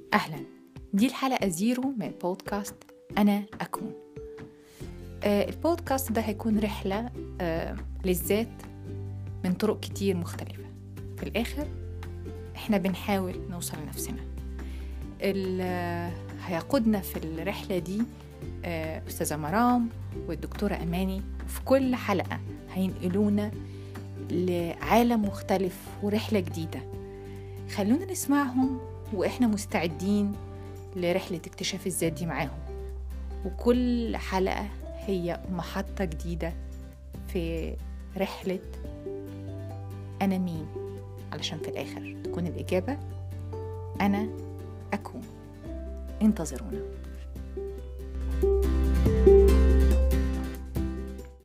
أهلا، دي الحلقة 0 من بودكاست أنا أكون. البودكاست ده هيكون رحلة للذات من طرق كتير مختلفة. في الآخر إحنا بنحاول نوصل لنفسنا. هيقودنا في الرحلة دي أستاذة مرام والدكتورة أماني. في كل حلقة هينقلونا لعالم مختلف ورحلة جديدة. خلونا نسمعهم وإحنا مستعدين لرحلة اكتشاف الذات دي معاهم. وكل حلقة هي محطة جديدة في رحلة أنا مين، علشان في الآخر تكون الإجابة أنا أكون. انتظرونا.